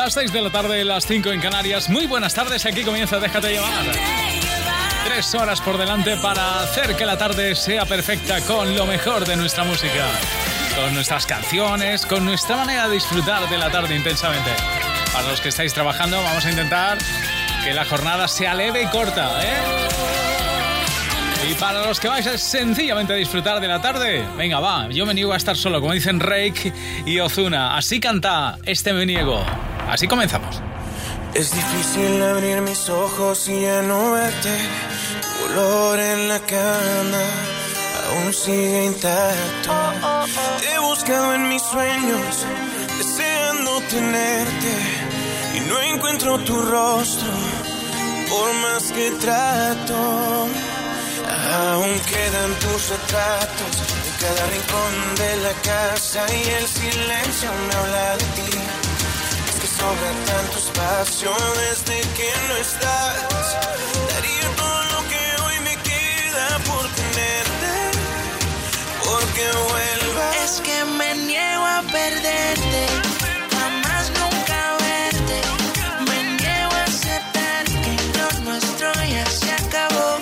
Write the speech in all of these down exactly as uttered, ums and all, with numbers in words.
las seis de la tarde, las cinco en Canarias. Muy buenas tardes, aquí comienza Déjate Llevar. Tres horas por delante para hacer que la tarde sea perfecta con lo mejor de nuestra música, con nuestras canciones, con nuestra manera de disfrutar de la tarde intensamente. Para los que estáis trabajando, vamos a intentar que la jornada sea leve y corta, ¿eh? Y para los que vais a sencillamente disfrutar de la tarde, venga, va, yo me niego a estar solo, como dicen Rake y Ozuna. Así canta Este Me Niego. Así comenzamos. Es difícil abrir mis ojos y ya no verte. Tu olor en la cama aún sigue intacto. Te he buscado en mis sueños, deseando tenerte, y no encuentro tu rostro, por más que trato. Aún quedan tus retratos en cada rincón de la casa, y el silencio me habla de ti. Es que sobra tanto espacio desde que no estás. Daría todo lo que hoy me queda por tenerte, porque vuelvas. Es que me niego a perderte, jamás nunca verte. Me niego a aceptar que lo nuestro ya se acabó.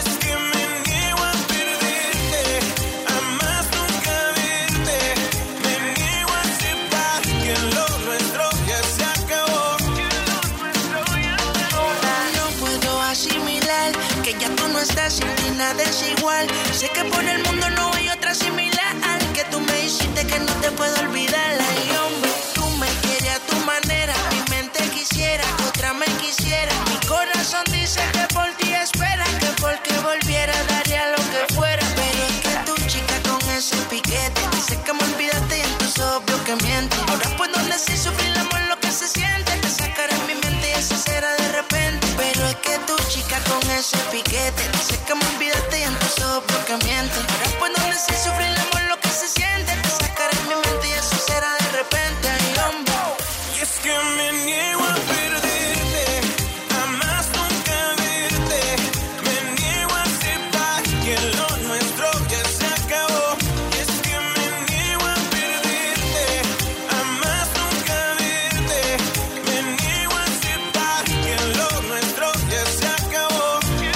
Estás sin ti nada es igual. Sé que por el mundo no hay otra similar, que tú me hiciste que no te puedo olvidar. Ay, hombre, tú me quieres a tu manera, mi mente quisiera que otra me quisiera. Mi corazón dice que por ti espera, que porque volviera daría lo que fuera. Pero es que tu chica con ese piquete dice que me olvidaste y entonces obvio que miente. Ahora puedo decir sufrir el amor lo que se siente, te sacaré en mi mente y eso será de repente. Pero es que tu chica con ese piquete dice que me olvidaste y entonces obvio que miente. Ahora puedo decir sufrir el amor lo que se siente, te sacaré en mi mente y eso será de repente. Ay, hombre. Y es que me niego a perderte, jamás nunca verte. Me niego a aceptar que lo nuestro ya se acabó. Y es que me niego a perderte, jamás nunca verte. Me niego a aceptar que lo nuestro ya se acabó.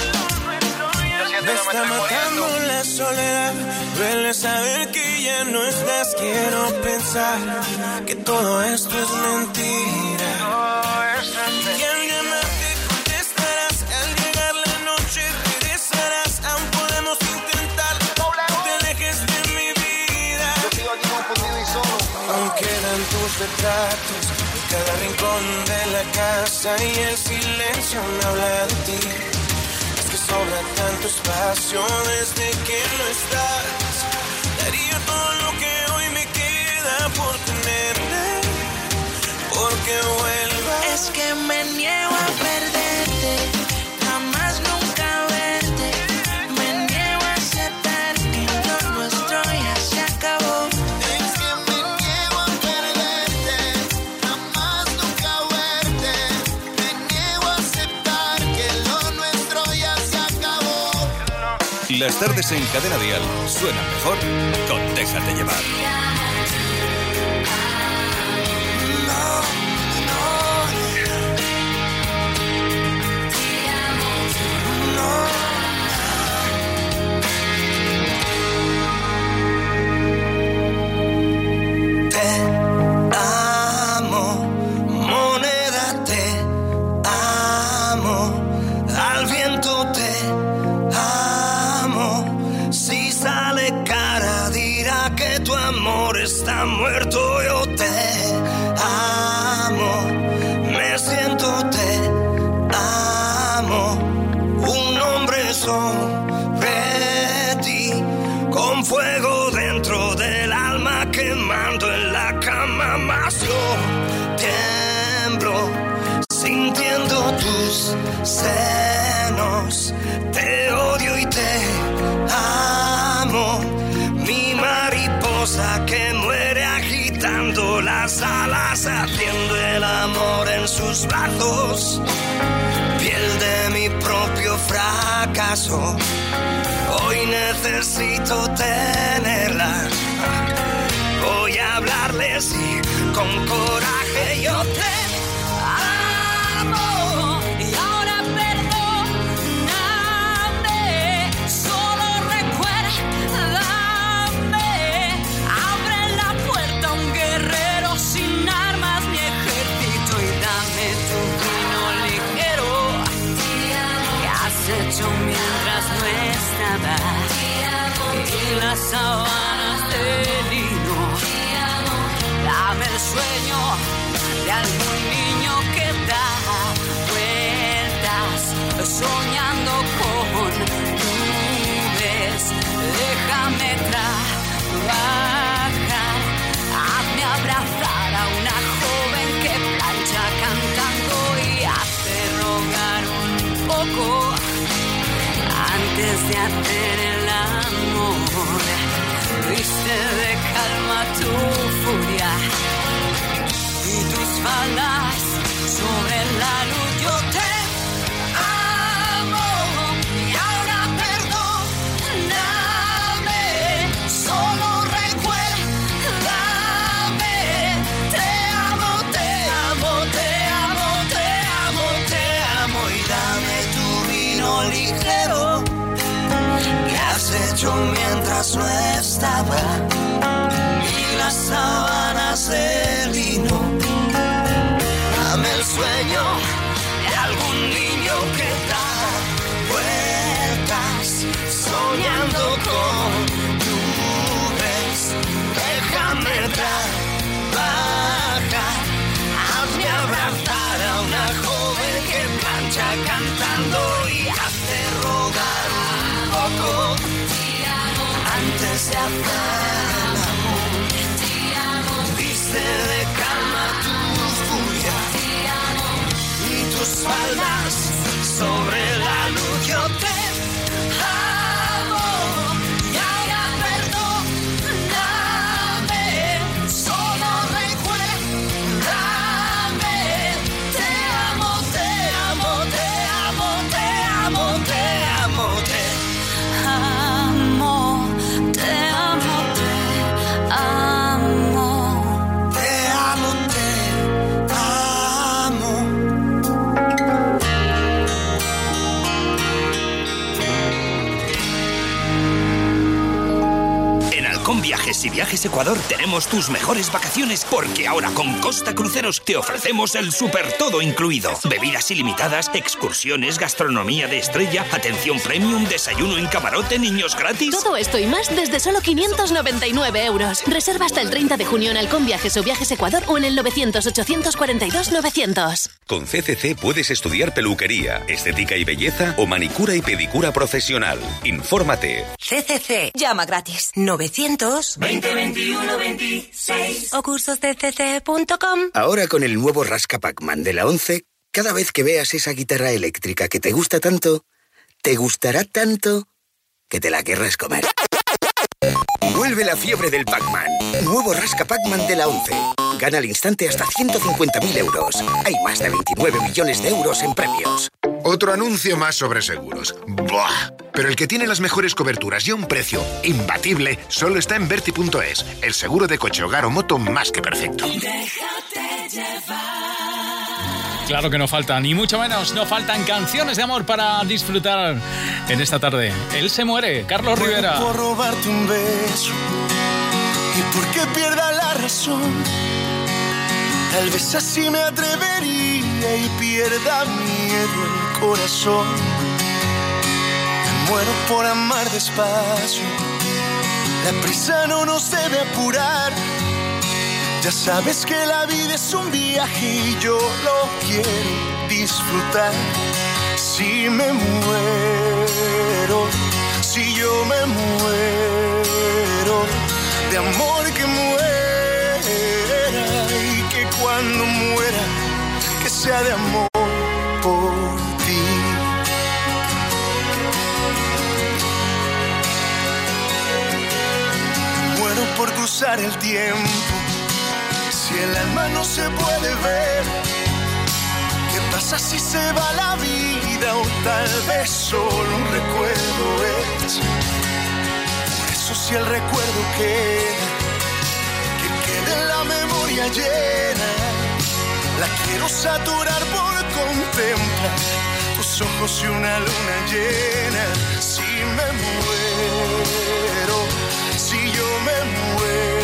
Me está matando la soledad, duele saber que ya no estás. Quiero pensar que todo esto es mentira, y al llamarte contestarás, al llegar la noche regresarás. Aún podemos intentar, no te alejes de mi vida. Yo sigo aquí confundido y solo. Aún quedan tus retratos en cada rincón de la casa, y el silencio me habla de ti. Sobra tanto espacio desde que no estás. Daría todo lo que hoy me queda por tenerte, porque vuelvas. Es que me niego a perderte, jamás nunca verte. Me niego a aceptar que lo nuestro ya se acabó. Es que me niego a perderte, jamás nunca verte. Me niego a aceptar que lo nuestro ya se acabó. Las tardes en Cadena Dial suenan mejor con Déjate Llevar. Está muerto, yo te amo, me siento, te amo, un hombre sobre ti, con fuego dentro del alma, quemando en la cama, más yo tiemblo, sintiendo tus senos, te odio y te amo, mi mariposa que muere agitando las alas, haciendo el amor en sus brazos, piel de mi propio fracaso, hoy necesito tenerla, voy a hablarles y con coraje yo te vino ligero que has hecho mientras no estaba y las sábanas de lino. Dame el sueño de algún niño que da vueltas soñando con nubes. Déjame trabajar, hazme abrazar a una joven que plancha cantando y hace rogar un poco antes de hacer el amor. Viste de calma tu furia y tus faldas sobre la luz. Yo te amo y ahora perdóname, solo recuérdame. Te amo, te amo, te amo, te amo, te amo y dame tu vino ligero que has hecho mientras no estaba y las sábanas de lino. Dame el sueño de algún niño que da vueltas soñando con nubes. Déjame trabajar, hazme abrazar a una joven que plancha cantando y hace rogar un poco antes de hacer el amor. Viste de calma tu furia y tus faldas sobre la luz. Yo te amo y ahora perdóname, solo recuérdame. Te amo, te amo, te amo, te amo, te amo, te amo, te amo, te amo, te amo, te amo. En Halcón Viajes y Viajes Ecuador tenemos tus mejores vacaciones porque ahora con Costa Cruceros te ofrecemos el super todo incluido. Bebidas ilimitadas, excursiones, gastronomía de estrella, atención premium, desayuno en camarote, niños gratis. Todo esto y más desde solo quinientos noventa y nueve euros. Reserva hasta el treinta de junio en Halcón Viajes o Viajes Ecuador o en el novecientos ochocientos cuarenta y dos novecientos. Con C C C puedes estudiar peluquería, estética y belleza o manicura y pedicura profesional. Infórmate. C C C. Llama gratis. novecientos veinte veintiuno veintiséis o cursos de c c punto com. Ahora con el nuevo Rasca Pac-Man de la once, cada vez que veas esa guitarra eléctrica que te gusta tanto, te gustará tanto que te la querrás comer. Vuelve la fiebre del Pac-Man. Nuevo Rasca Pac-Man de la once. Gana al instante hasta ciento cincuenta mil euros. Hay más de veintinueve millones de euros en premios. Otro anuncio más sobre seguros. ¡Buah! Pero el que tiene las mejores coberturas y a un precio imbatible solo está en Berti punto es. El seguro de coche, hogar o moto más que perfecto. Déjate llevar. Claro que no faltan, y mucho menos no faltan canciones de amor para disfrutar en esta tarde. Él se muere, Carlos Rivera. Por robarte un beso y porque pierda la razón. Tal vez así me atrevería y pierda miedo el corazón. Me muero por amar despacio. La prisa no nos debe apurar. Ya sabes que la vida es un viaje y yo lo quiero disfrutar. Si me muero, si yo me muero, de amor que muera y que cuando muera, que sea de amor por ti. Muero por cruzar el tiempo. Si el alma no se puede ver, ¿qué pasa si se va la vida? O tal vez solo un recuerdo es. Por eso si el recuerdo queda, que quede en la memoria llena. La quiero saturar por contemplar tus ojos y una luna llena. Si me muero, si yo me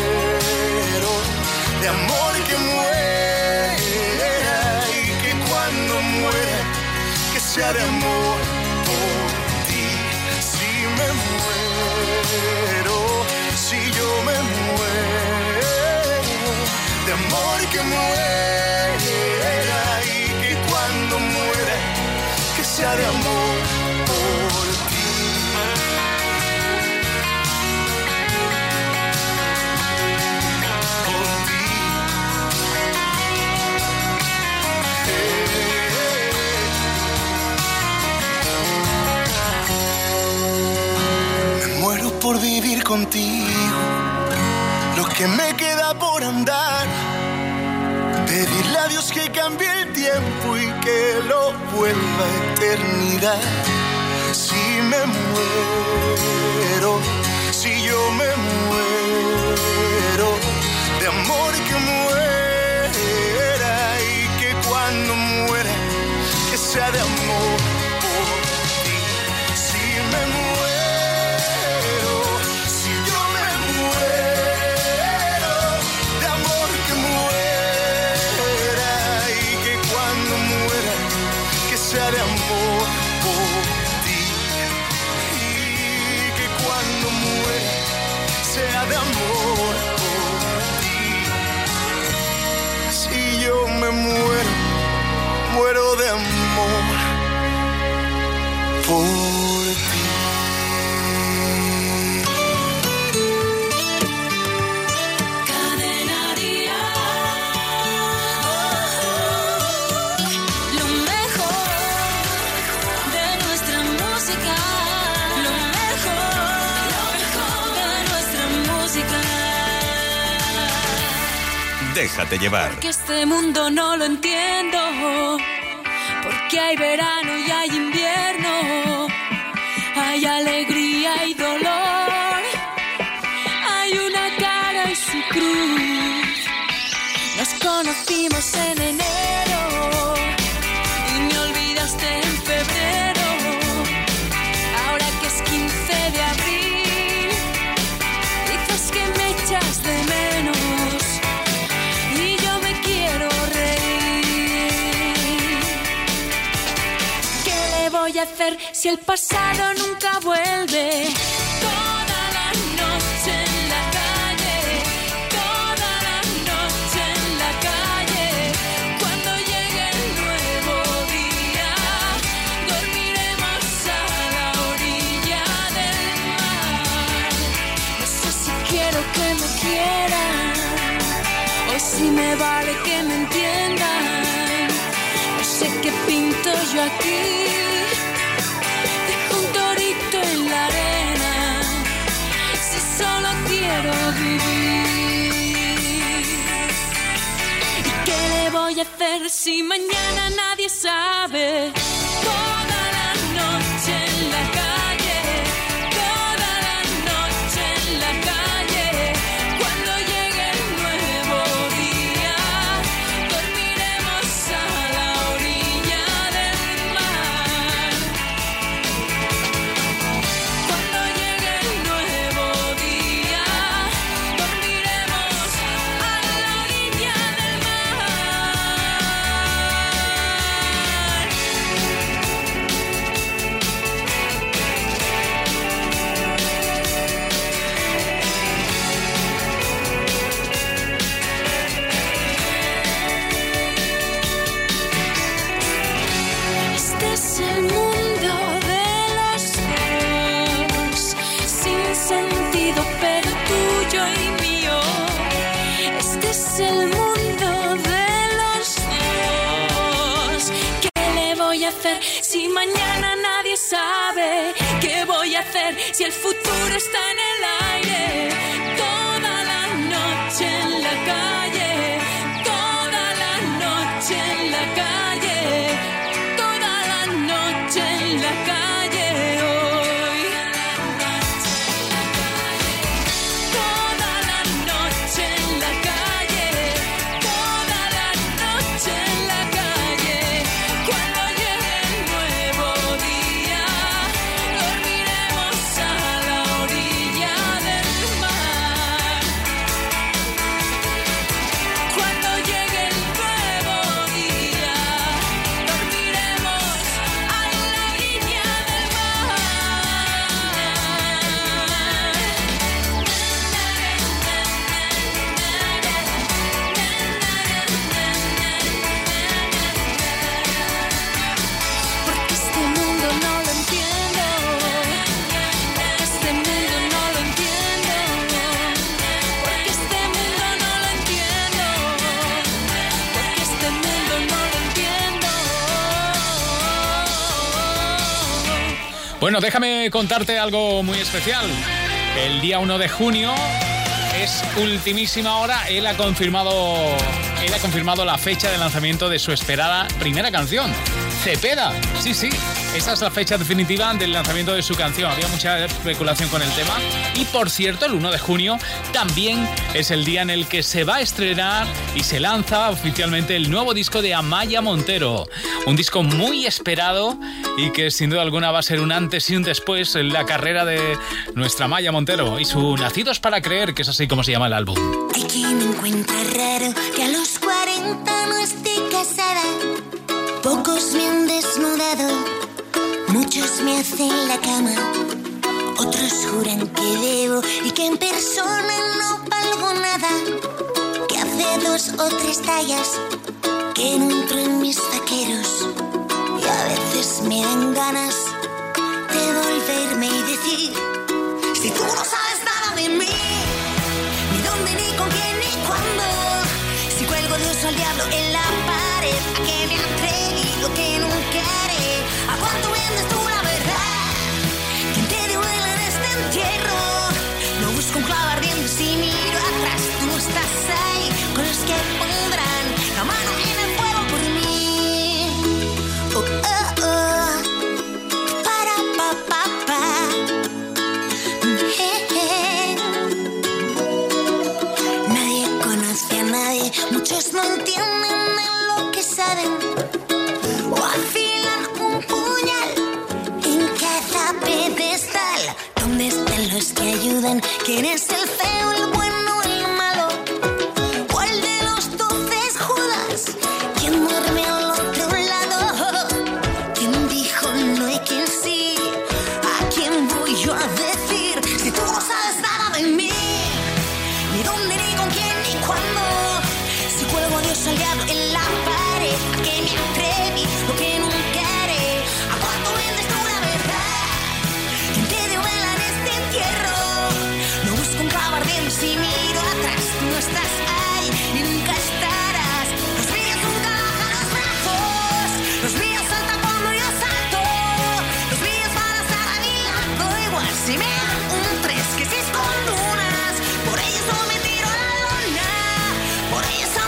muero, de amor que muera y que cuando cuando muera, que sea de amor por ti. Si me muero, si yo me muero, de amor que muera, y que cuando muera, que sea de amor por ti. Por vivir contigo, lo que me queda por andar, pedirle a Dios que cambie el tiempo y que lo vuelva a eternidad. Si me muero, si yo me muero, de amor que muera, y que cuando muera, que sea de amor por ti. Si me muero, sea de amor por ti, y que cuando muera sea de amor por ti. Si yo me muero, muero de amor por ti. Déjate llevar. Porque este mundo no lo entiendo, porque hay verano y hay invierno, hay alegría y dolor, hay una cara y su cruz. Nos conocimos en enero y me olvidaste en febrero. Ahora que es quince de abril, dices que me echas de menos. Voy a hacer si el pasado nunca vuelve. Toda la noche en la calle, toda la noche en la calle. Cuando llegue el nuevo día, dormiremos a la orilla del mar. No sé si quiero que me quieran o si me vale que me entiendan. No sé qué pinto yo aquí. En la arena, si solo quiero vivir. ¿Y qué le voy a hacer si mañana nadie sabe? Toda la noche en la calle, toda la noche en la calle. Cuando llegue el nuevo día, dormiremos a la orilla del mar. Si mañana nadie sabe qué voy a hacer, si el futuro está en el aire. Toda la noche en la calle, toda la noche en la calle, toda la noche en la calle hoy. Toda la noche en la calle, toda la noche en la calle. Cuando llegue el nuevo día, dormiremos a la orilla del mar. Bueno, déjame contarte algo muy especial. El día uno de junio es ultimísima hora. Él ha confirmado, él ha confirmado la fecha de lanzamiento de su esperada primera canción, Cepeda. Sí, sí, esa es la fecha definitiva del lanzamiento de su canción. Había mucha especulación con el tema. Y por cierto, el uno de junio también es el día en el que se va a estrenar y se lanza oficialmente el nuevo disco de Amaya Montero. Un disco muy esperado y que sin duda alguna va a ser un antes y un después en la carrera de nuestra Amaya Montero y su Nacidos para Creer, que es así como se llama el álbum. Hay quien encuentra raro que a los cuarenta no esté casada. Pocos me han desnudado, muchos me hacen la cama. Otros juran que debo y que en persona no valgo nada. Que hace dos o tres tallas que no entro en mis vaqueros. Y a veces me dan ganas de volverme y decir: si tú no sabes nada de mí, ni dónde, ni con quién, ni cuándo. Si cuelgo de oso al diablo en la pared, ¿a qué me atreví? Lo que nunca haré. ¿A cuánto vendes tú la verdad? ¿Quién te dio vela en este entierro? No busco un clavo ardiendo si miro atrás. Tú no estás ahí con los que pondrán la mano en el fuego por mí. Oh, oh, oh. Para, pa, pa, pa. Muchos no entienden en lo que saben o afilan un puñal en cada pedestal. ¿Dónde están los que ayudan? ¿Quién es el feo, el bueno, el malo? ¿Cuál de los doce es Judas? ¿Quién duerme al otro lado? ¿Quién dijo no y quién sí? ¿A quién voy yo a decir? Si tú no sabes nada de mí, ni dónde, ni con quién, ni cuándo. Cuelgo a Dios al diablo en la pared, ¿a qué me atreví? Lo que nunca haré. ¿A cuánto vendes tú la verdad? ¿Quién te dio vela en este entierro? No busco un clavo ardiendo si miro atrás. Tú no estás ahí ni nunca estarás. Los míos nunca bajan los brazos. Los míos saltan cuando yo salto. Los míos van a estar a mi lado. Igual si me dan un tres que seis con lunas. Por ellos no me tiro a la lona. Por ellos son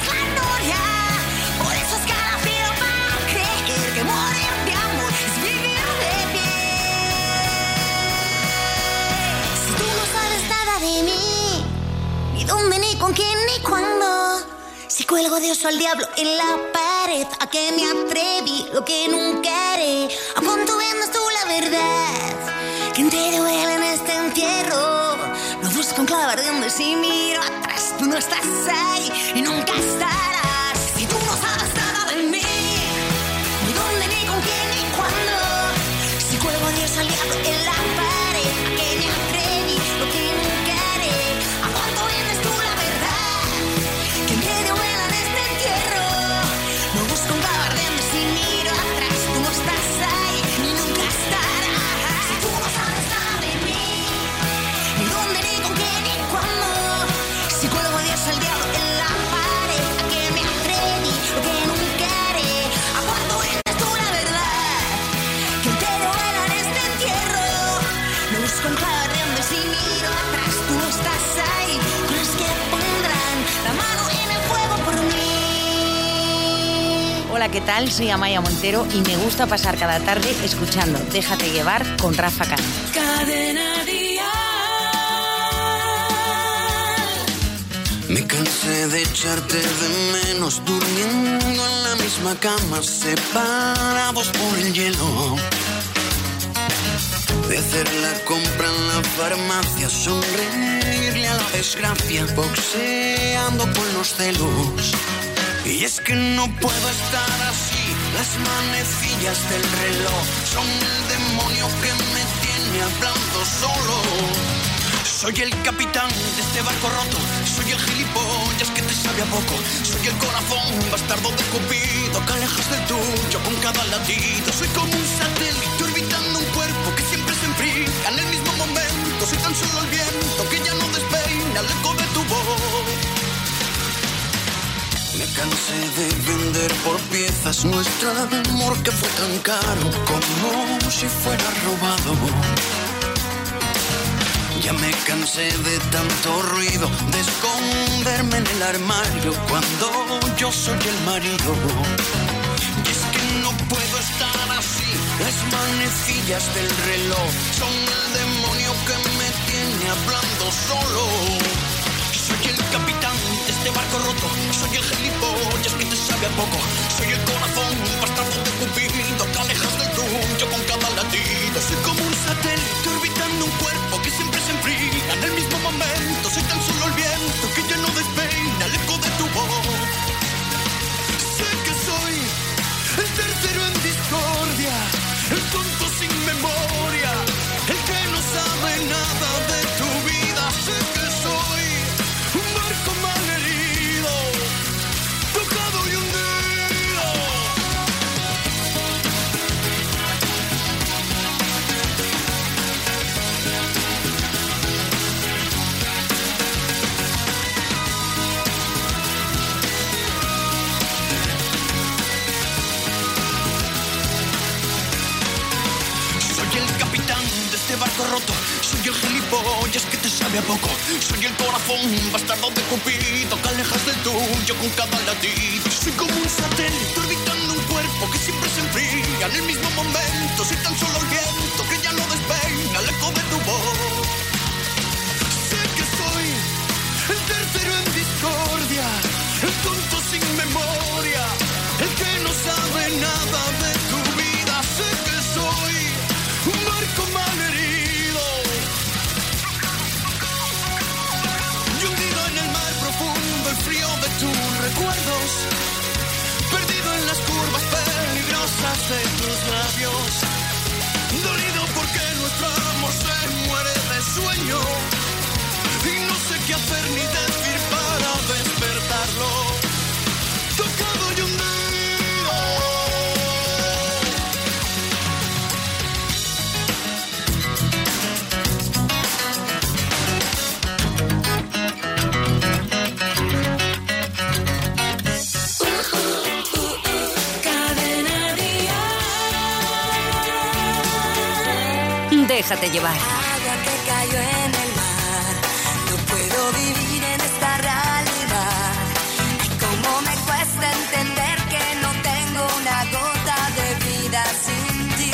dónde, ni con quién, ni cuándo. Si cuelgo de oso al diablo en la pared, ¿a qué me atreví? Lo que nunca haré. ¿A cuánto vendes tú la verdad? ¿Quién te duele en este entierro? No busco un clavo ardiendo si miro atrás. Tú no estás ahí y nunca estarás. Si tú no sabes nada de mí, ni dónde, ni con quién, ni cuándo. Si cuelgo de oso al diablo en la pared, ¿a qué me atreví? Lo que nunca haré. ¿A cuánto vienes tú la verdad? ¿Quién te dio vela en este entierro? No busco un clavo ardiendo si miro atrás. Tú no estás ahí ni nunca estarás. Si tú no sabes nada de mí, ni dónde, ni con quién, ni cuándo. Si cuelgo a Dios al diablo en la pared, ¿a qué me atreví? Lo que nunca haré. ¿A cuánto vienes tú la verdad? ¿Quién te dio vela en este entierro? No busco un clavo ardiendo si miro atrás. Tú no estás ahí con los que pondrán la mano en el fuego por mí. Hola, ¿qué tal? Soy Amaya Montero y me gusta pasar cada tarde escuchando Déjate llevar con Rafa Cano. Cadena Dial. Me cansé de echarte de menos durmiendo en la misma cama, separados por el hielo. De hacer la compra en la farmacia, sonreírle a la desgracia, boxeando con los celos. Y es que no puedo estar así, las manecillas del reloj son el demonio que me tiene hablando solo. Soy el capitán de este barco roto, soy el gilipollas que te sabe a poco, soy el corazón bastardo de Cupido que alejas del tuyo con cada latido. Soy como un satélite orbitando un cuerpo que siempre se enfría en el mismo momento. Soy tan solo el viento que ya no despeina el eco de tu voz. Me cansé de vender por piezas nuestro amor que fue tan caro como si fuera robado. Ya me cansé de tanto ruido, de esconderme en el armario cuando yo soy el marido. Y es que no puedo estar así, las manecillas del reloj son el demonio que me tiene hablando solo. Soy el capitán de este barco roto, soy el gilipollas que te sabe a poco, soy el corazón bastardo de Cupido que alejas del tuyo con cada latido. Soy como un satélite orbitando un cuerpo que siempre se enfría en el mismo momento. Soy tan solo el viento que ya no despeina el eco de tu voz. Sé que soy el tercero en discordia, el tonto sin memoria, el que no sabe nada de tu vida. Sé que soy un barco mal herido, tocado y hundido. Soy el capitán de este barco roto, soy el gilipollas que te sabe a poco, soy el corazón bastardo de Cupido que alejas del tuyo con cada latido. Soy como un satélite orbitando un cuerpo que siempre se enfría en el mismo momento. Soy tan solo el viento que ya no despeina el eco de tu voz. Sé que soy el tercero en discordia, el tonto sin memoria, el que no sabe nada de tu vida. Sé que soy un barco mal herido y hundido en el mar profundo, el frío de tus recuerdos, perdido en las curvas peligrosas de tus labios, dolido porque nuestro amor se muere de sueño y no sé qué hacer ni decir para despertarlo, tocado y hundido. Déjate llevar. Agua que cayó en el mar, no puedo vivir en esta realidad. Ay, cómo me cuesta entender que no tengo una gota de vida sin ti.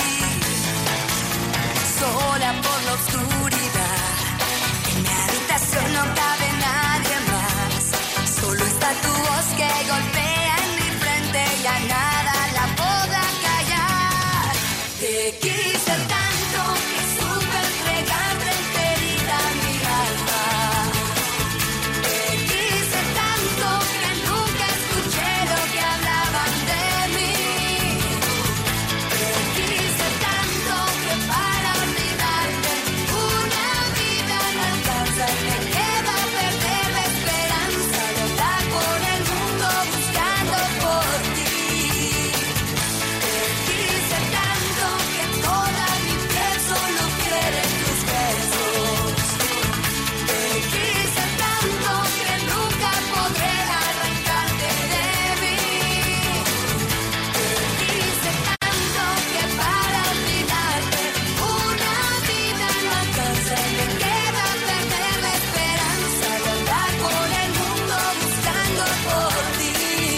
Sola por la oscuridad, en mi habitación no cabe nadie más. Solo está tu voz que golpea en mi frente y a nada la podrá callar. Te quise tanto que supe entregarte enterita mi alma. Te quise tanto que nunca escuché lo que hablaban de mí. Te quise tanto que para olvidarte una vida no alcanza y me queda perder la esperanza de andar por el mundo buscando por ti. Te quise tanto que toda mi piel solo quiere tus besos. Te quise tanto que nunca podré arrancarte de mí. Te quise tanto que para olvidarte una vida no alcanza y me queda perder la esperanza de andar por el mundo buscando por ti.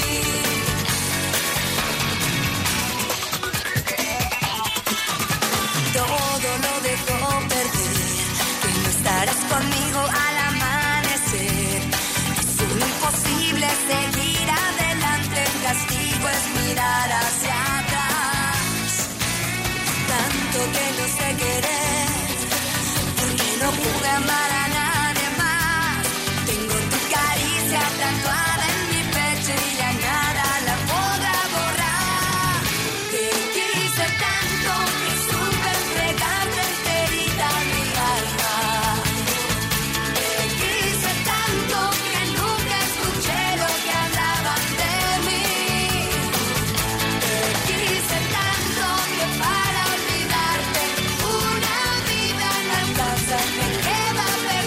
Todo lo dejo perder, que no estarás conmigo al amanecer. Es un imposible seguir adelante, el castigo es mirar hacia atrás. Tanto que no sé querer, porque no pude amar a nadie más. Tengo tu caricia tatuada en mi pecho y ya nada la podrá borrar. Te quise tanto que supe entregarte enterita mi alma. Te quise tanto que nunca escuché lo que hablaban de mí. Te quise tanto que para olvidarte una vida no alcanza y me queda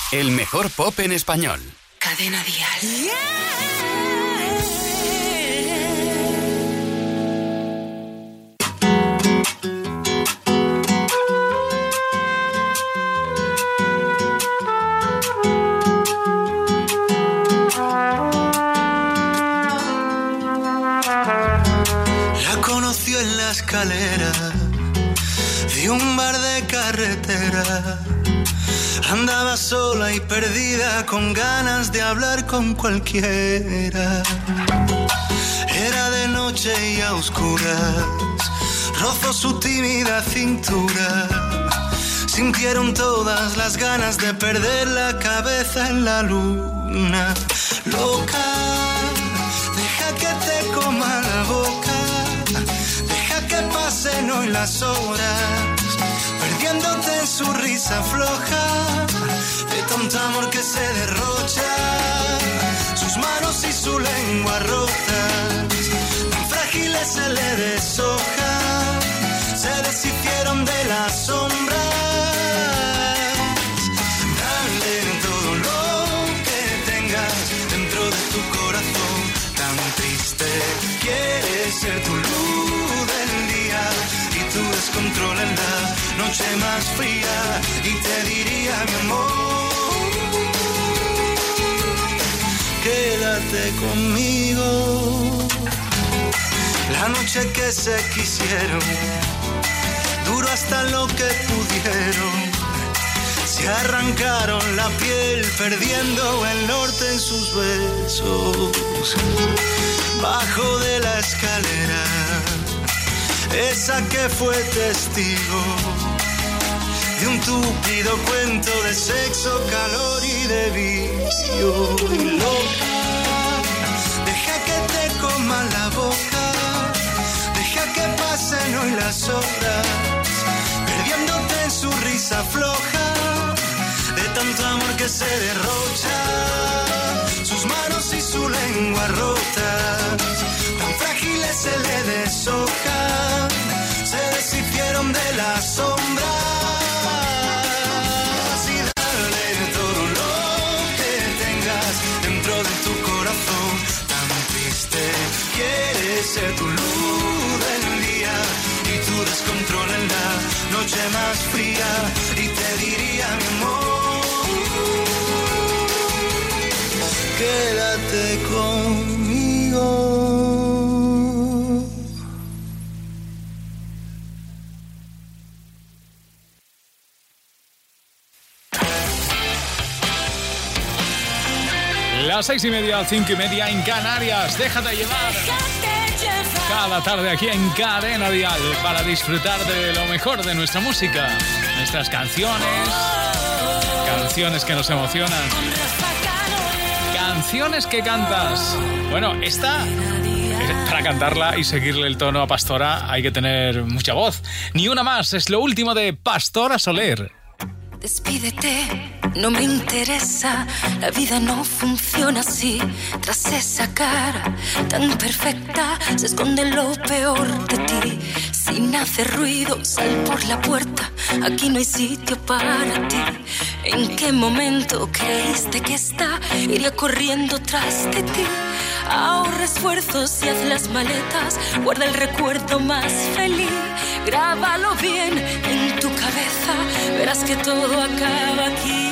El mejor pop en español. Cadena Dial. La conoció en la escalera de un bar de carretera. Andaba sola y perdida, con ganas de hablar con cualquiera. Era de noche y a oscuras, rozó su tímida cintura. Sintieron todas las ganas de perder la cabeza en la luna. Loca, deja que te coma la boca, deja que pasen hoy las horas, perdiéndote en su risa floja, de tanto amor que se derrocha. Sus manos y su lengua rotas, tan frágiles se le deshojan, se deshicieron de las sombras. Dale todo lo que tengas dentro de tu corazón, tan triste quieres ser tu luz del día y tu descontrol en la noche más fría. Y te diría, mi amor, quédate conmigo. La noche que se quisieron duró hasta lo que pudieron. Se arrancaron la piel perdiendo el norte en sus besos. Bajo de la escalera, esa que fue testigo de un túpido cuento de sexo, calor y de vicio. Y loca, deja que te coma la boca, deja que pasen hoy las horas, perdiéndote en su risa floja, de tanto amor que se derrocha. Sus manos y su lengua rotas, tan frágiles se le deshojan, se deshicieron de las sombras. Y dale todo lo que tengas dentro de tu corazón, tan triste quieres ser tu luz del día y tu descontrol en la noche más fría. Y te diría, mi amor, quédate conmigo. Las seis y media, cinco y media en Canarias. Déjate llevar. Cada tarde aquí en Cadena Dial para disfrutar de lo mejor de nuestra música, nuestras canciones, canciones que nos emocionan, canciones que cantas. Bueno, esta, para cantarla y seguirle el tono a Pastora hay que tener mucha voz. Ni una más, es lo último de Pastora Soler. Despídete, no me interesa, la vida no funciona así. Tras esa cara tan perfecta se esconde lo peor de ti. Sin hacer ruido, sal por la puerta, aquí no hay sitio para ti. ¿En qué momento creíste que esta iría corriendo tras de ti? Ahorra esfuerzos y haz las maletas, guarda el recuerdo más feliz. Grábalo bien en tu cabeza, verás que todo acaba aquí.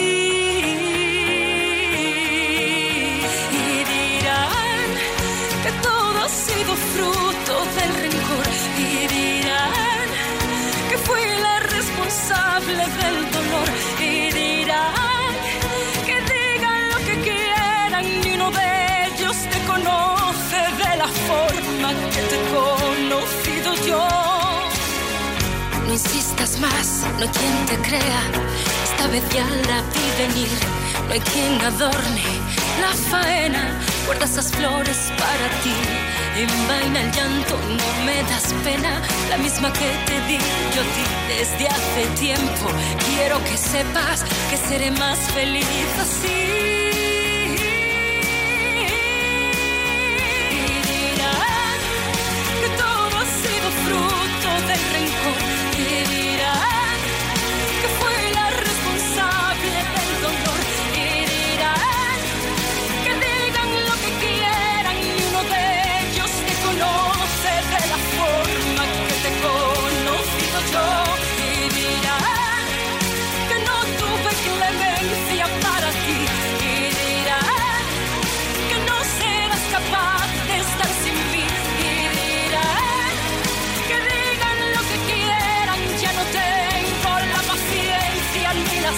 Y dirán que todo ha sido fruto del rencor. Y dirán que fui la responsable del dolor. Y dirán que digan lo que quieran, ni uno de ellos te conoce de la forma que te he conocido yo. No insistas más, no hay quien te crea, esta vez ya la vi venir. No hay quien adorne la faena, guarda esas flores para ti. Envaina el llanto, no me das pena, la misma que te di yo a ti desde hace tiempo. Quiero que sepas que seré más feliz así. Y dirán que todo ha sido fruto del rencor. Y dirán que fui la responsable del dolor.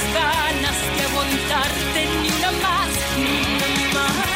las ganas de aguantarte ni una más, ni una más.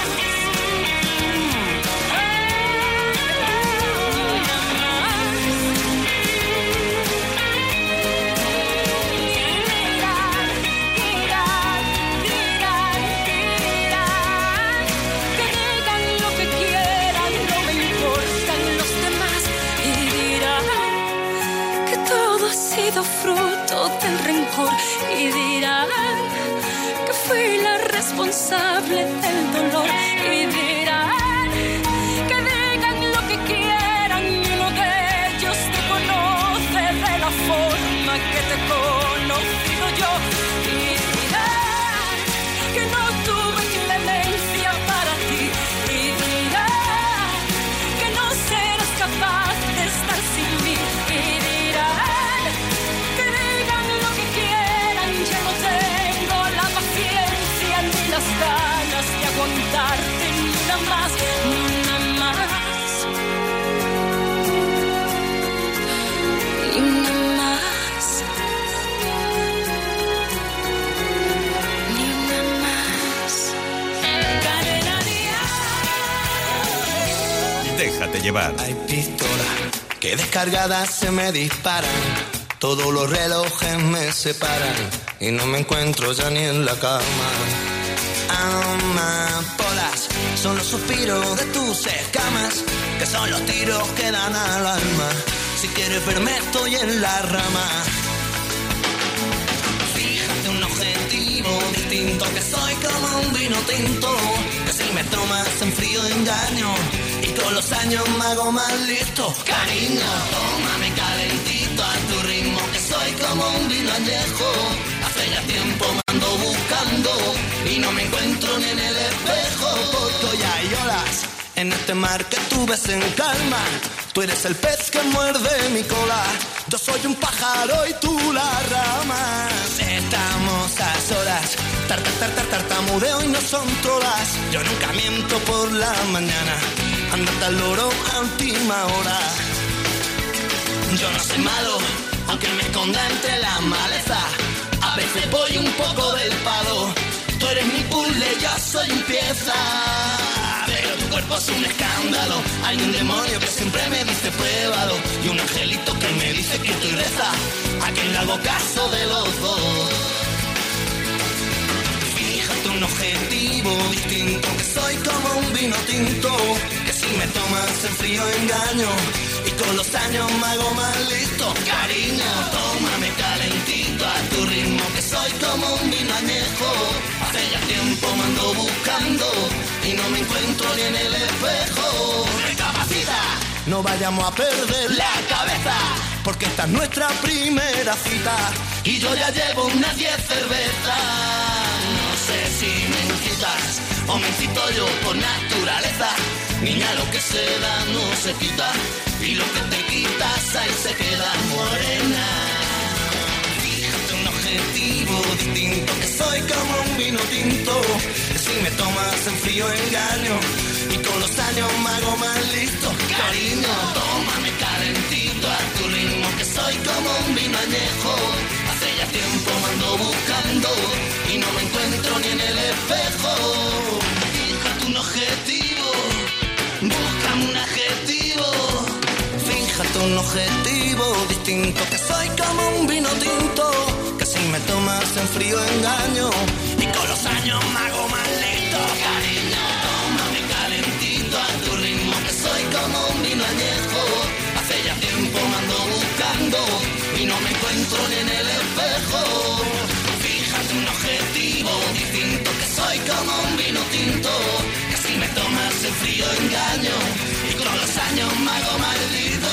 Fruto del rencor y dirán que fui la responsable del dolor y dirán que digan lo que quieran y uno de ellos te conoce de la forma que te he conocido yo y dirán que no tuve clemencia para ti y dirán que no serás capaz de estar sin mí y dirán las ganas de aguantarte ni una más, ni una más, ni una más, ni una más. Cadena Dial. Déjate llevar. Hay pistolas que descargadas se me disparan. Todos los relojes me separan y no me encuentro ya ni en la cama. Amapolas son los suspiros de tus escamas, que son los tiros que dan al alma. Si quieres verme estoy en la rama. Fíjate un objetivo distinto, que soy como un vino tinto, que si me tomas en frío engaño y con los años me hago más listo. Cariño, tómame calentito a tu ritmo, que soy como un vino añejo. Hace ya tiempo me ando buscando y no me encuentro ni en el espejo. Porque hoy hay olas en este mar que tú ves en calma. Tú eres el pez que muerde mi cola. Yo soy un pájaro y tú la rama. Estamos a solas, tar, tar, tar, tar, tartamudeo y no son trolas. Yo nunca miento por la mañana, andate al loro a última hora. Yo no soy malo, aunque me esconda entre la maleza. A veces voy un poco del palo. Tú eres mi puzzle, yo soy un pieza. Pero tu cuerpo es un escándalo. Hay un demonio que siempre me dice pruébalo, y un angelito que me dice que estoy reza. A quien le hago caso de los dos. Fíjate un objetivo distinto, que soy como un vino tinto, que si me tomas en frío engaño y con los años me hago más listo. Cariño, tómame calentito a tu ritmo, que soy como un vino añejo. Hace ya tiempo me ando buscando y no me encuentro ni en el espejo. Recapacita, no vayamos a perder la cabeza, porque esta es nuestra primera cita y yo ya llevo unas diez cervezas. No sé si me incitas o me incito yo por naturaleza. Niña, lo que se da no se quita, y lo que te quitas ahí se queda morena. Fíjate un objetivo distinto, que soy como un vino tinto, que si me tomas en frío engaño y con los años me hago más listo. Cariño, tómame calentito a tu ritmo, que soy como un vino añejo. Hace ya tiempo me ando buscando y no me encuentro ni en el espejo. Fíjate un objetivo, búscame un adjetivo. Fíjate un objetivo distinto, que soy como un vino tinto, que si me tomas en frío engaño y con los años me hago más listo. Cariño, tómame calentito a tu ritmo, que soy como un vino añejo. Hace ya tiempo me ando buscando y no me encuentro ni en el espejo. Fíjate un objetivo distinto, que soy como un vino tinto, que si me tomas en frío engaño y con los años me hago maldito.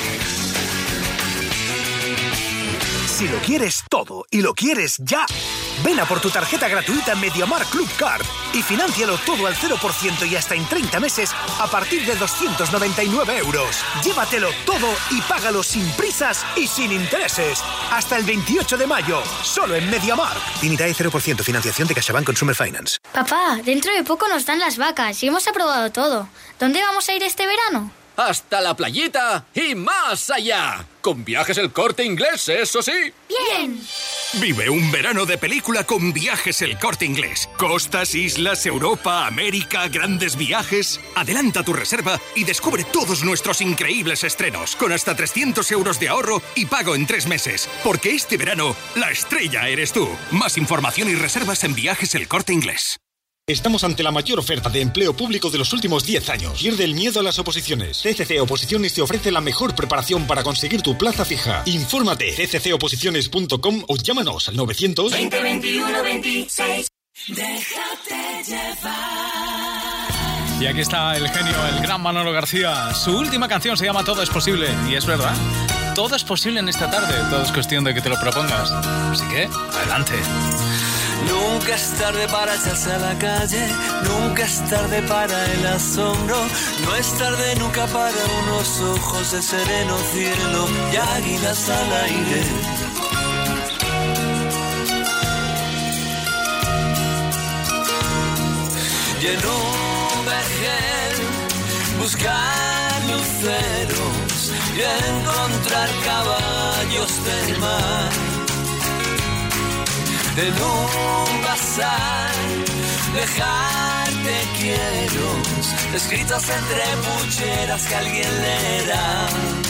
Si lo quieres todo y lo quieres ya, Ven a por tu tarjeta gratuita MediaMarkt Club Card y financialo todo al cero por ciento y hasta en treinta meses a partir de doscientos noventa y nueve euros. Llévatelo todo y págalo sin prisas y sin intereses. Hasta el veintiocho de mayo, solo en MediaMarkt. Limitae cero por ciento, financiación de CaixaBank Consumer Finance. Papá, dentro de poco nos dan las vacas y hemos aprobado todo. ¿Dónde vamos a ir este verano? Hasta la playita y más allá. Con Viajes El Corte Inglés, eso sí. ¡Bien! Vive un verano de película con Viajes El Corte Inglés. Costas, islas, Europa, América, grandes viajes. Adelanta tu reserva y descubre todos nuestros increíbles estrenos con hasta trescientos euros de ahorro y pago en tres meses. Porque este verano, la estrella eres tú. Más información y reservas en Viajes El Corte Inglés. Estamos ante la mayor oferta de empleo público de los últimos diez años. Pierde el miedo a las oposiciones. C C C Oposiciones te ofrece la mejor preparación para conseguir tu plaza fija. Infórmate c c c oposiciones punto com o llámanos al novecientos veinte veintiuno veintiséis. Déjate llevar. Y aquí está el genio, el gran Manolo García. Su última canción se llama Todo es posible. Y es verdad, todo es posible en esta tarde. Todo es cuestión de que te lo propongas. Así que, adelante. Nunca es tarde para echarse a la calle, nunca es tarde para el asombro, no es tarde nunca para unos ojos de sereno cielo y águilas al aire. Y en un vergel buscar luceros y encontrar caballos del mar. En un bazar, dejarte quiero, escritos entre pucheras que alguien leerá.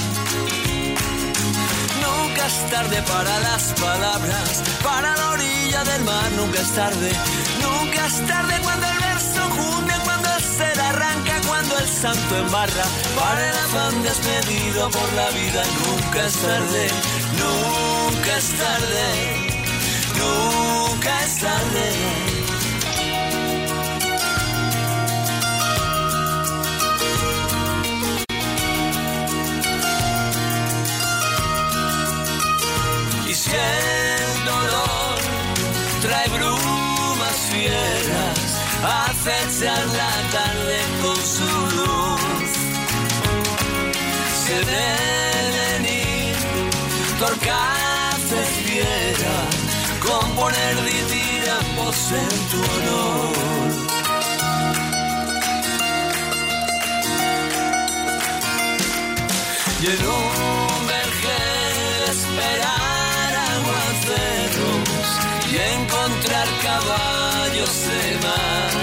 Nunca es tarde para las palabras, para la orilla del mar, nunca es tarde. Nunca es tarde cuando el verso junte, cuando el ser arranca, cuando el santo embarra. Para el afán despedido por la vida, nunca es tarde, nunca es tarde. Nunca es tarde. Y si el dolor trae brumas fieras, acechan la tarde con su luz. Si en el venir torcaces fiera, componer ditiramos en tu honor. Y en un vergel esperar aguaceros y encontrar caballos de mar.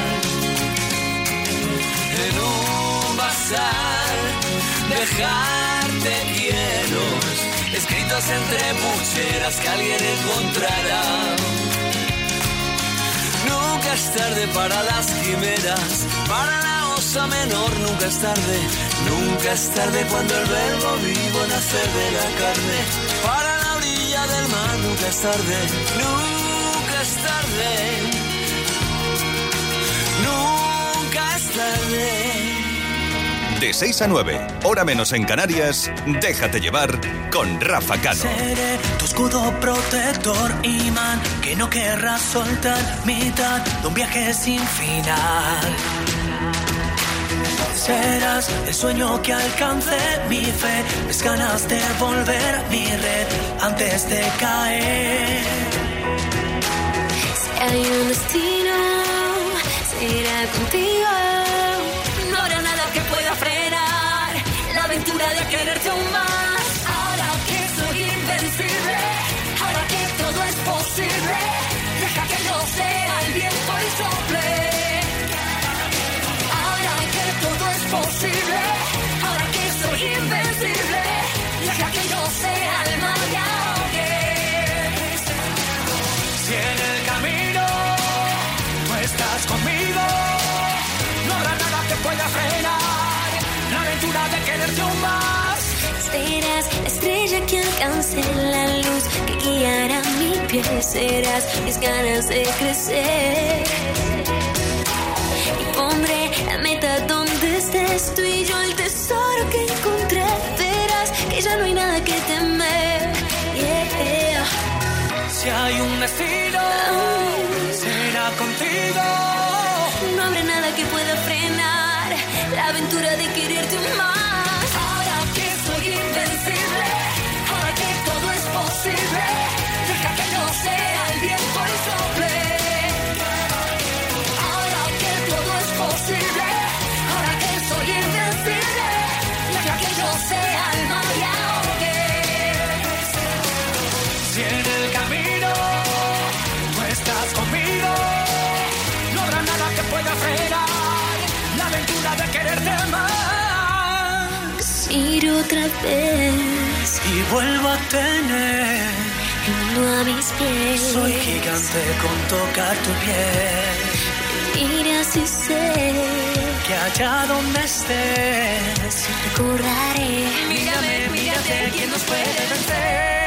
En un bazar dejarte quieros, escritos entre pucheras que alguien encontrará. Nunca es tarde para las quimeras, para la osa menor nunca es tarde. Nunca es tarde cuando el verbo vivo nace de la carne. Para la orilla del mar nunca es tarde. Nunca es tarde. Nunca es tarde. De seis a nueve, hora menos en Canarias, déjate llevar con Rafa Cano. Seré tu escudo protector, imán, que no querrás soltar, mitad de un viaje sin final. Serás el sueño que alcance mi fe, mis ganas de volver a mi red antes de caer. Si hay un destino, será contigo. No habrá nada que pueda frenar la aventura de quererte aún más. Ahora que soy invencible, ahora que todo es posible, deja que yo sea el viento y sople. Ahora que todo es posible, ahora que soy invencible, deja que yo sea el mar y ahogue. Si en el camino no estás conmigo, no habrá nada que pueda frenar la aventura de quererte aún más. Serás la estrella que alcance la luz que guiará mi pie. Serás mis ganas de crecer. Y pondré la meta donde estés tú y yo, el tesoro que encontré. Verás que ya no hay nada que temer. Yeah. Si hay un destino, será contigo. No habrá nada que pueda frenar la aventura de quererte más. Ahora que soy invencible, ahora que todo es posible, deja que yo sea el viento y sople. Ahora que todo es posible, ahora que soy invencible, deja que yo sea el mar y ahogue. Si en el camino tú estás conmigo, no habrá nada que pueda frenar la aventura de quererte más. Ir otra vez y vuelvo a tener el mundo a mis pies. Soy gigante con tocar tu piel. Ir así sé que allá donde estés recordaré. Mírame, mírate, ¿quién nos puede vencer?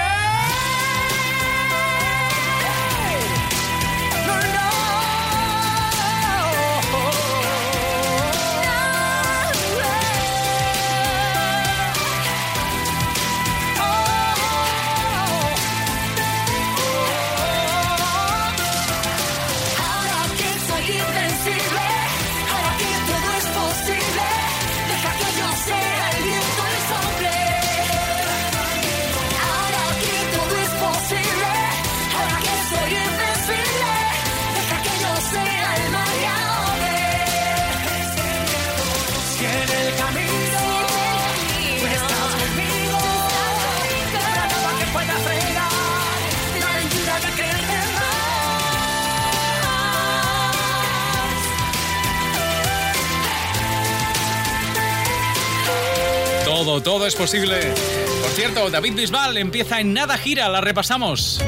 Todo, todo es posible. Por cierto, David Bisbal empieza en Nada Gira, la repasamos.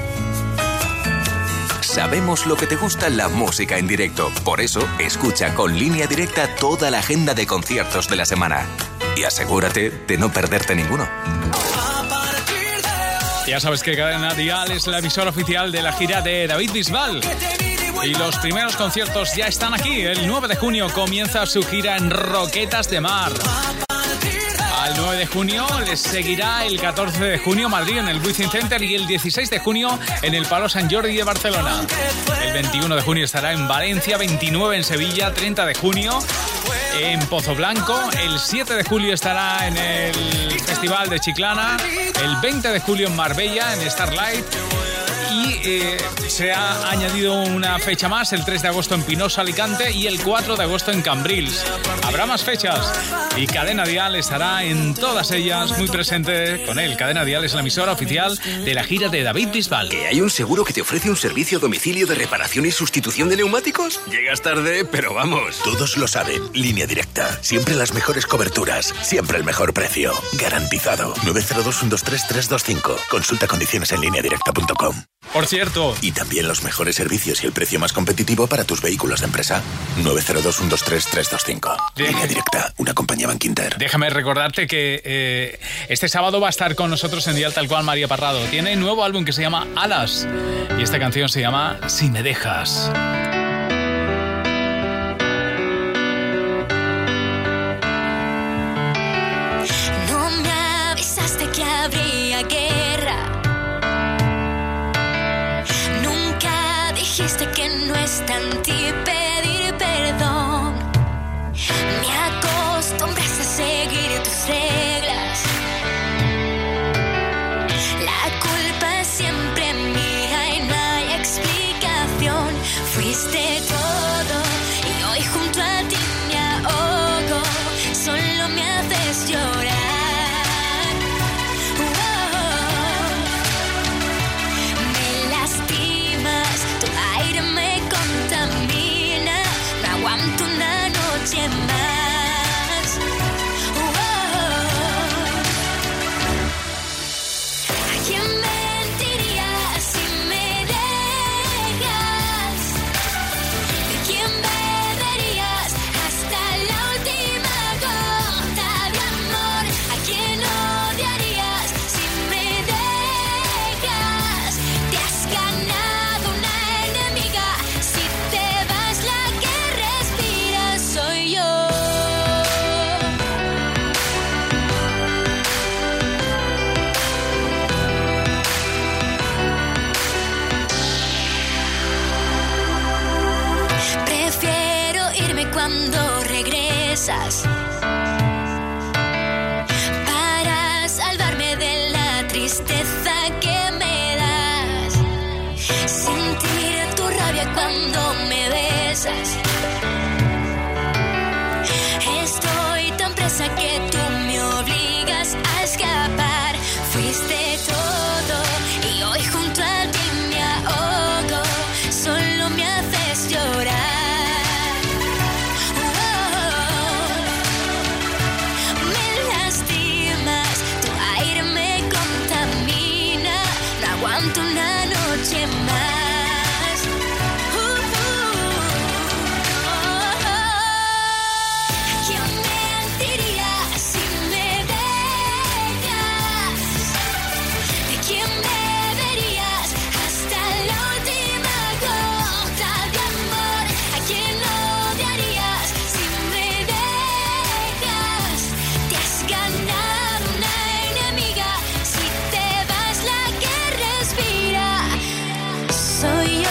Sabemos lo que te gusta la música en directo. Por eso, escucha con Línea Directa toda la agenda de conciertos de la semana. Y asegúrate de no perderte ninguno. Ya sabes que Cadena Dial es la emisora oficial de la gira de David Bisbal. Y los primeros conciertos ya están aquí. El nueve de junio comienza su gira en Roquetas de Mar. Al nueve de junio les seguirá el catorce de junio Madrid en el Wizzing Center y el dieciséis de junio en el Palau Sant Jordi de Barcelona. El veintiuno de junio estará en Valencia, veintinueve en Sevilla, treinta de junio en Pozo Blanco, el siete de julio estará en el Festival de Chiclana, el veinte de julio en Marbella, en Starlight. Y eh, se ha añadido una fecha más, el tres de agosto en Pinoso, Alicante, y el cuatro de agosto en Cambrils. Habrá más fechas y Cadena Dial estará en todas ellas, muy presente con él. Cadena Dial es la emisora oficial de la gira de David Bisbal. ¿Que hay un seguro que te ofrece un servicio a domicilio de reparación y sustitución de neumáticos? Llegas tarde, pero vamos. Todos lo saben. Línea Directa. Siempre las mejores coberturas. Siempre el mejor precio. Garantizado. nueve cero dos, uno dos tres, tres dos cinco. Consulta condiciones en línea directa punto com. Por cierto. Y también los mejores servicios y el precio más competitivo para tus vehículos de empresa. nueve cero dos, uno dos tres, tres dos cinco. Línea Directa, una compañía Bankinter. Déjame recordarte que eh, este sábado va a estar con nosotros en Dial Tal Cual María Parrado. Tiene un nuevo álbum que se llama Alas. Y esta canción se llama Si me dejas. No me avisaste que habría guerra. Nunca dijiste que no está en ti pedir perdón. Me acostumbraste a seguir tus reglas. La culpa es siempre mía y no hay explicación. Fuiste todo y hoy junto a ti me ahogo. Solo me haces llorar. Oh, me lastimas, tu aire me contamina. prisa que tú me obligas a escapar. Fuiste todo y hoy junto a ti me ahogo. Solo me haces llorar. Oh, me lastimas, tu aire me contamina. No aguanto una noche más. Uh, uh, oh, oh. ¿Quién mentiría si me dejas? ¿De quién beberías hasta la última gota de amor? ¿A quién odiarías si me dejas? Te has ganado una enemiga. Si te vas, la que respira soy yo.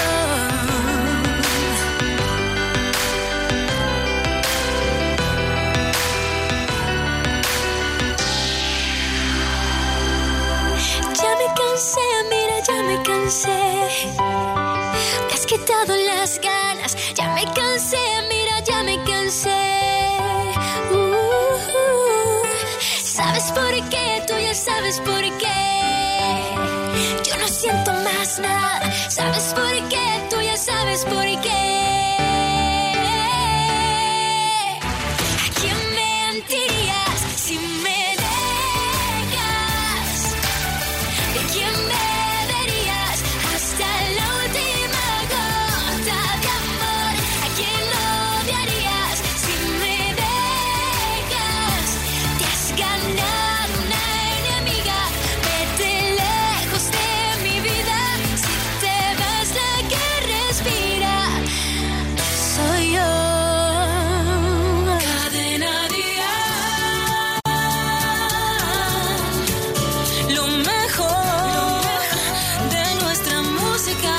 Ya me cansé, mira, ya me cansé. Te has quitado las ganas. Ya me cansé, mira, ya me cansé. Uh, uh. ¿Sabes por qué? Tú ya sabes por qué. Yo no siento más nada. ¿Sabes por qué? Tú ya sabes por qué. ¿A quién mentirías si me dejas? ¿De quién beberías hasta la última gota de amor? ¿A quién odiarías si me dejas? Te has ganado una enemiga. Vete lejos de mi vida. Si te vas, la que respira soy yo. Cadena Dial, lo mejor de nuestra música.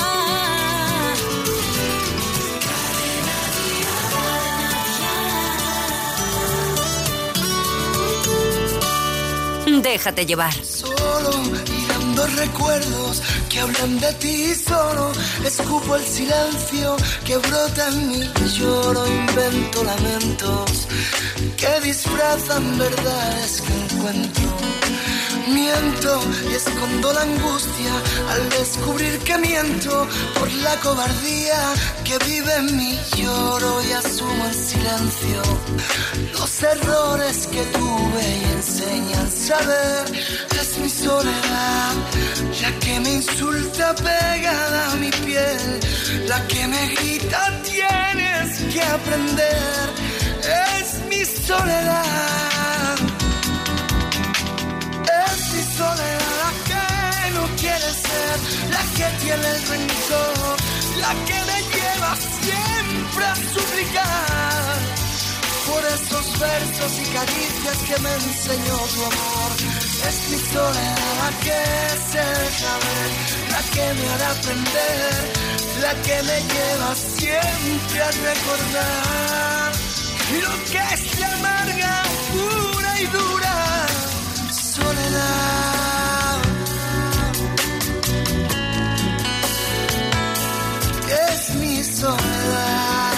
Déjate llevar. Solo mirando recuerdos que hablan de ti. Solo escupo el silencio que brota en mí. Lloro, invento lamentos que disfrazan verdades que encuentro. Miento y escondo la angustia al descubrir que miento por la cobardía que vive en mí. Lloro y asumo en silencio los errores que tuve y enseñan saber. Es mi soledad la que me insulta pegada a mi piel, la que me grita tienes que aprender. Es mi soledad. Es mi soledad la que no quiere ser, la que tiene el rencor, la que me lleva siempre a suplicar por esos versos y caricias que me enseñó tu amor. Es mi soledad la que se deja ver, la que me hará aprender, la que me lleva siempre a recordar lo que es de amarga, pura y dura soledad. Es mi soledad.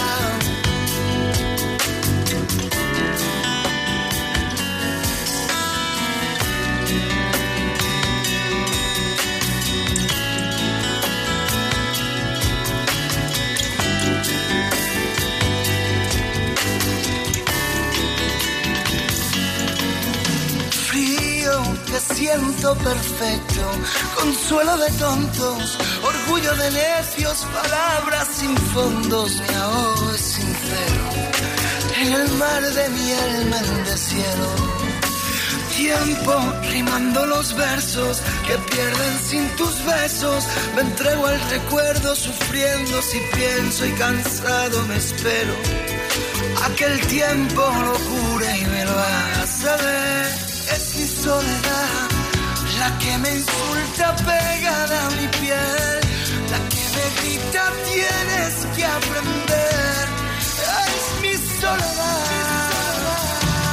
Que siento perfecto, consuelo de tontos, orgullo de necios, palabras sin fondos. Mi ahogo es sincero en el mar de miel me el deshielo. Tiempo rimando los versos que pierden sin tus besos. Me entrego al recuerdo sufriendo si pienso y cansado me espero a que el tiempo lo cure y me lo haga saber. Es mi soledad la que me insulta pegada a mi piel, la que me grita tienes que aprender. Es mi soledad.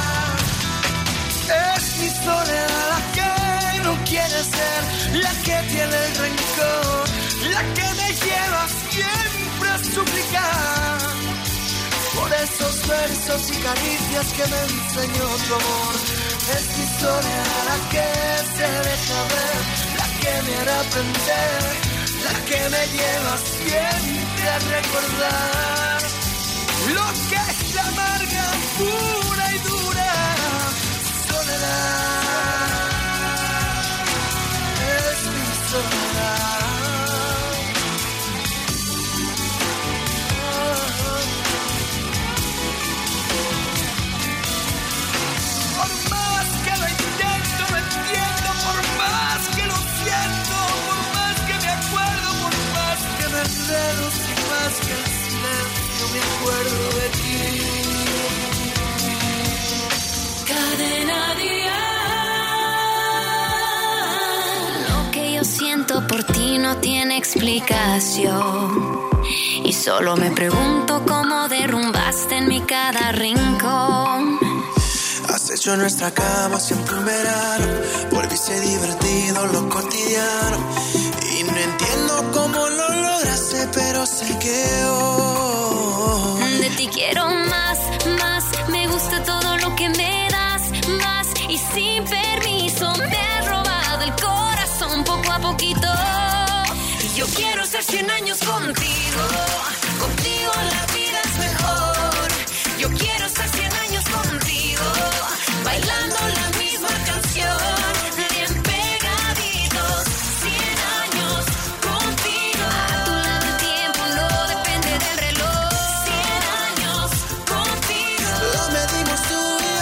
Es mi soledad la que no quiere ser, la que tiene el rencor, la que me lleva siempre a suplicar por de esos versos y caricias que me enseñó tu amor. Es mi soledad la que se deja ver, la que me hará aprender, la que me lleva siempre a recordar lo que es la amarga, pura y dura soledad. Es mi soledad. Por más que lo intento, me entiendo, por más que lo siento, por más que me acuerdo, por más que me enredo, sin más que el silencio me acuerdo de ti. Cadena Dial. Lo que yo siento por ti no tiene explicación. Y solo me pregunto cómo derrumbaste en mi cada rincón. Has hecho nuestra cama siempre un verano, volviste divertido lo cotidiano. Y no entiendo cómo lo lograste, pero sé que hoy de ti quiero más, más. Me gusta todo lo que me das, más. Y sin permiso me has robado el corazón poco a poquito. Y yo quiero ser cien años contigo. Contigo la vida es mejor. Yo quiero ser cien años contigo, bailando la misma canción, bien pegaditos, cien años contigo. A tu lado el tiempo no depende del reloj. Cien años contigo. Lo medimos tú y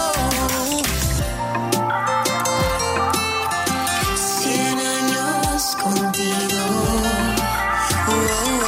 yo. Cien años contigo. Oh, oh,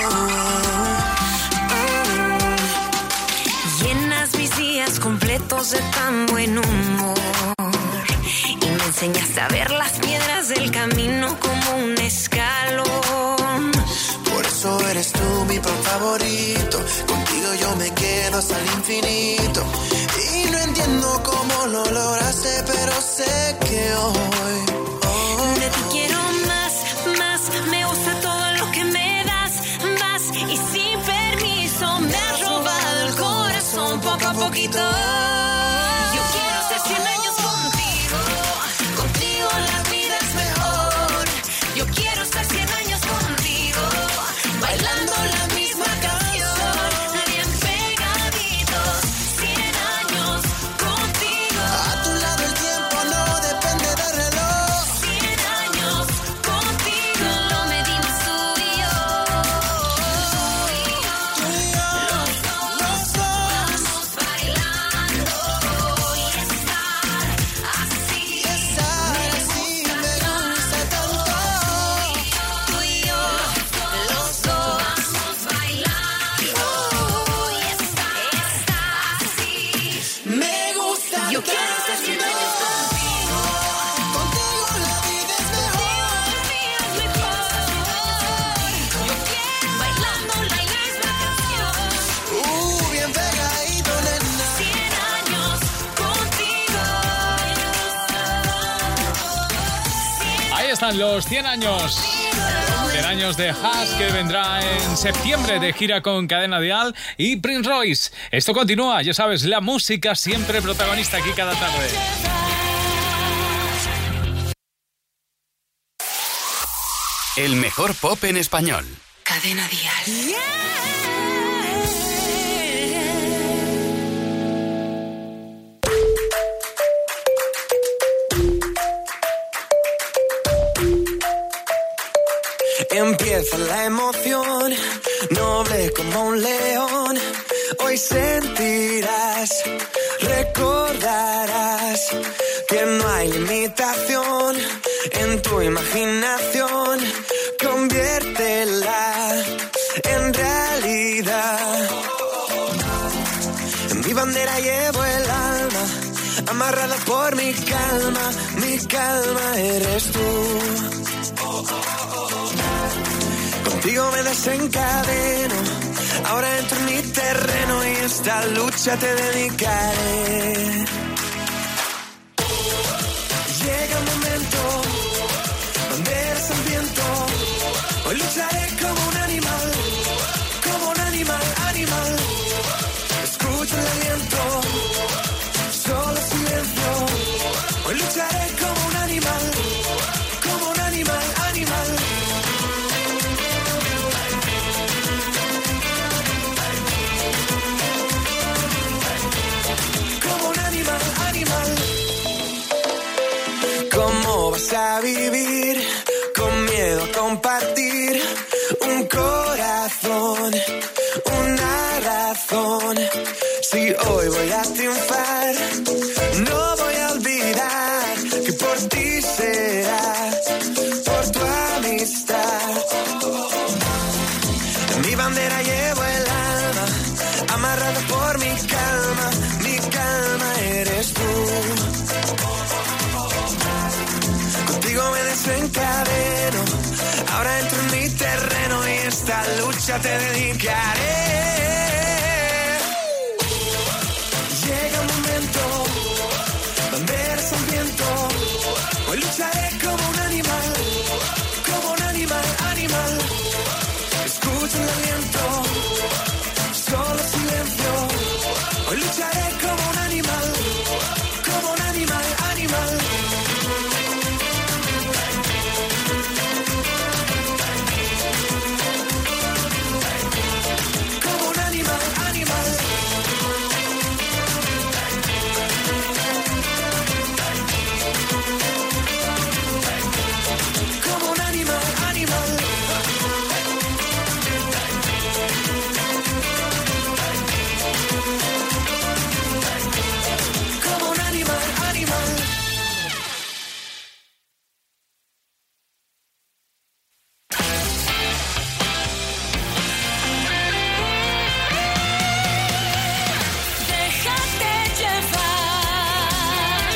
oh. Llenas mis días completos de tan buen humor y me enseñaste a ver las piedras del camino como un escalón. por eso eres tú mi pan favorito. Contigo yo me quedo hasta el infinito. Y no entiendo cómo lo lograste, pero sé que hoy oh, de ti quiero más, más. Me gusta todo lo que me das, más. Y sin permiso me has robado el corazón poco a poquito. Yo quiero ser cien años contigo. Contigo la vida es mejor. Yo quiero ser cien años contigo, bailando la misma canción, bien pegaditos, cien años contigo. A tu lado el tiempo no depende del reloj. Cien años contigo, lo medimos tú y yo. Tú y yo, los dos, vamos bailando y estar así. estar así me gusta tanto. Tú y yo, los dos, vamos bailando y estar así. Me gusta Yo quiero ser cien años contigo. contigo la vida es mejor. Es mejor. Yo quiero bailando la misma canción. Uh, bien pegadito, nena. Cien años contigo. Ahí están los cien años. cien años de Hash, que vendrá en septiembre de gira con Cadena Dial, y Prince Royce. Esto continúa, ya sabes, la música siempre protagonista aquí cada tarde. El mejor pop en español. Cadena Dial. Empieza la emoción, noble como un león. Hoy sentirás, recordarás que no hay limitación en tu imaginación. Conviértela en realidad. En mi bandera llevo el alma, amarrada por mi calma. Mi calma eres tú. Contigo me desencadeno, ahora entro en mi terreno y esta lucha te dedicaré. Llega el momento, banderas al viento, hoy lucharé como un animal, como un animal, animal. Hoy lucharé como un animal, como un animal, animal. Como un animal, animal. ¿Cómo vas a vivir con miedo a compartir un corazón, una razón? Si hoy voy a triunfar, no voy a olvidar que por ti será, por tu amistad. En mi bandera llevo el alma, amarrado por mi calma, mi calma eres tú. Contigo me desencadeno, ahora entro en mi terreno y esta lucha te dedicaré.